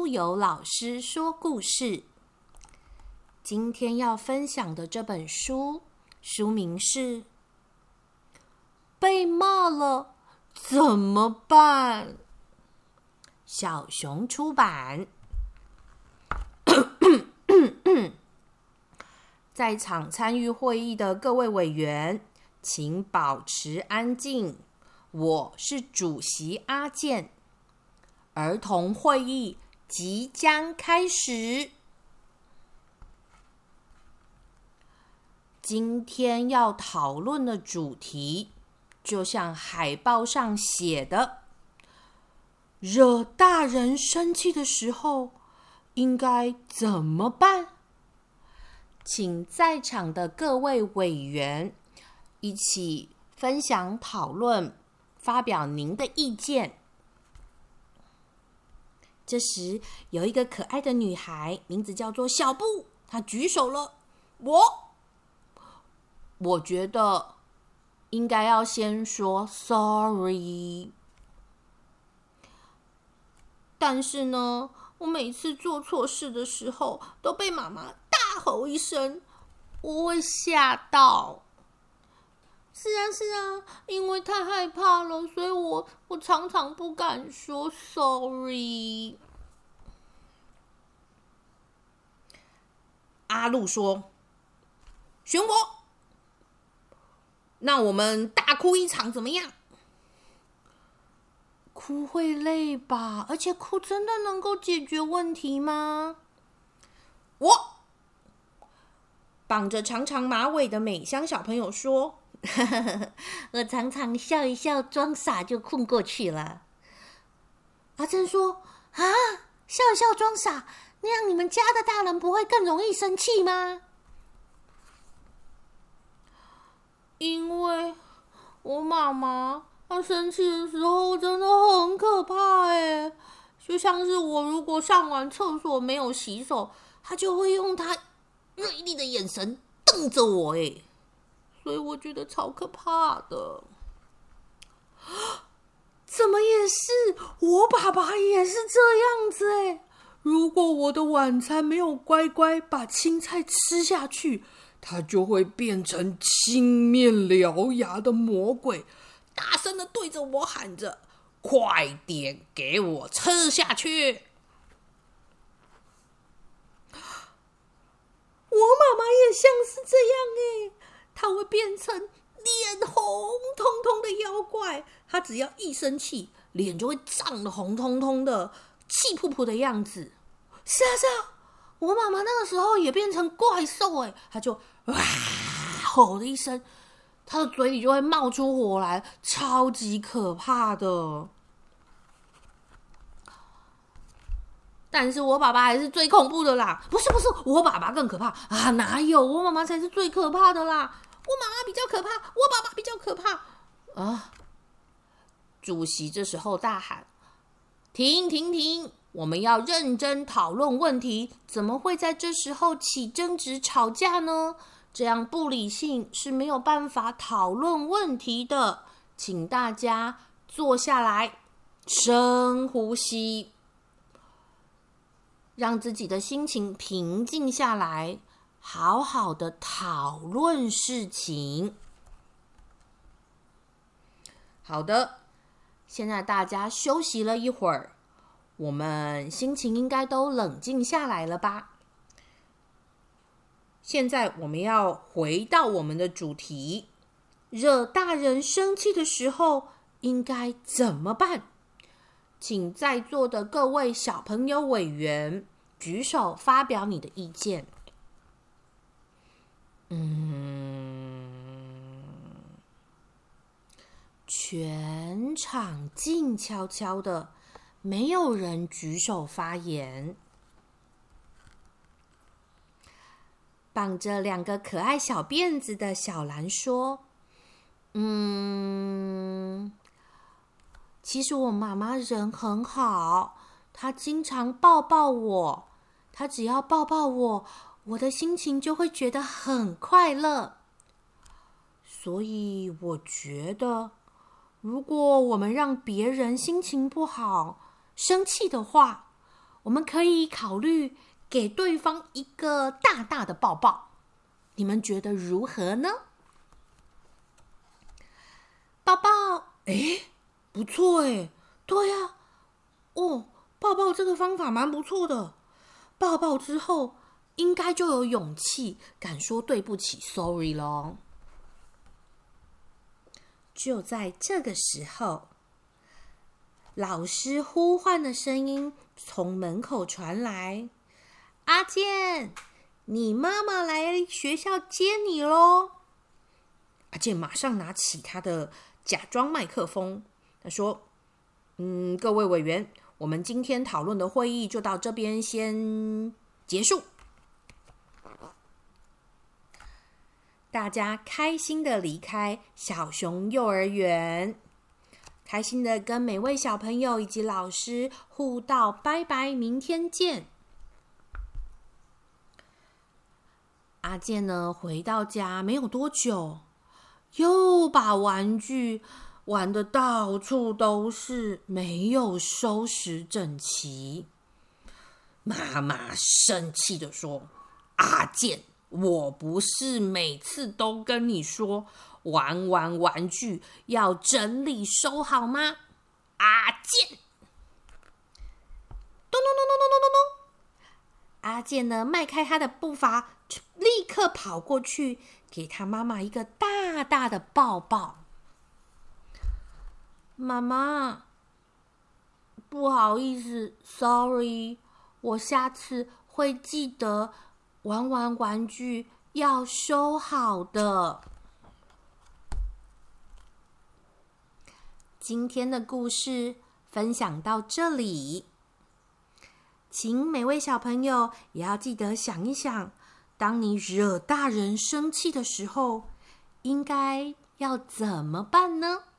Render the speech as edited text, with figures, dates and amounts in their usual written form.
有老师说故事。今天要分享的这本书，书名是《被骂了怎么办》，小熊出版。在场参与会议的各位委员，请保持安静。我是主席阿健。儿童会议即将开始。今天要讨论的主题，就像海报上写的，惹大人生气的时候，应该怎么办？请在场的各位委员一起分享讨论，发表您的意见。这时，有一个可爱的女孩，名字叫做小布，她举手了。我觉得应该要先说 sorry。但是呢，我每次做错事的时候，都被妈妈大吼一声，我会吓到。是啊，因为太害怕了，所以我常常不敢说 sorry。阿路说：“选我，那我们大哭一场怎么样？”哭会累吧？而且哭真的能够解决问题吗？我绑着长长马尾的美香小朋友说：“我常常笑一笑，装傻就困过去了。”阿珍说：“啊，笑一笑装傻，那样你们家的大人不会更容易生气吗？”因为我妈妈她生气的时候真的很可怕耶，就像是我如果上完厕所没有洗手，她就会用她锐利的眼神瞪着我耶，所以我觉得超可怕的。怎么也是，我爸爸也是这样子耶。如果我的晚餐没有乖乖把青菜吃下去，他就会变成青面獠牙的魔鬼，大声的对着我喊着：“快点给我吃下去！”我妈妈也像是这样耶，她会变成脸红彤彤的妖怪。她只要一生气，脸就会涨得红彤彤的，气扑扑的样子。是啊，我妈妈那个时候也变成怪兽耶，她就哇吼的一声，她的嘴里就会冒出火来，超级可怕的。但是我爸爸还是最恐怖的啦！不是，我爸爸更可怕啊！哪有，我妈妈才是最可怕的啦！我妈妈比较可怕，我爸爸比较可怕啊！主席这时候大喊：“停！我们要认真讨论问题，怎么会在这时候起争执吵架呢？这样不理性是没有办法讨论问题的。请大家坐下来，深呼吸。”让自己的心情平静下来，好好的讨论事情。好的，现在大家休息了一会儿，我们心情应该都冷静下来了吧？现在我们要回到我们的主题，惹大人生气的时候应该怎么办？请在座的各位小朋友委员举手发表你的意见。全场静悄悄的，没有人举手发言。绑着2个可爱小辫子的小兰说：“其实我妈妈人很好，她经常抱抱我，她只要抱抱我，我的心情就会觉得很快乐。所以我觉得，如果我们让别人心情不好、生气的话， 我们可以考虑给对方一个大大的抱抱，你们觉得如何呢？抱抱，不错对呀，抱抱这个方法蛮不错的。抱抱之后，应该就有勇气敢说对不起 ，sorry 咯。就在这个时候，老师呼唤的声音从门口传来：“阿健，你妈妈来学校接你咯。”阿健马上拿起他的假装麦克风，他说：“各位委员，我们今天讨论的会议就到这边先结束。”大家开心的离开小熊幼儿园，开心的跟每位小朋友以及老师互道拜拜，明天见。阿健呢，回到家没有多久，又把玩具玩得到处都是，没有收拾整齐。妈妈生气的说：“阿健，我不是每次都跟你说玩玩具要整理收好吗？”阿健，咚咚咚咚咚咚咚咚，阿健呢，迈开他的步伐，立刻跑过去，给他妈妈一个大大的抱抱。妈妈，不好意思 ，sorry， 我下次会记得玩玩具要收好的。今天的故事分享到这里，请每位小朋友也要记得想一想，当你惹大人生气的时候，应该要怎么办呢？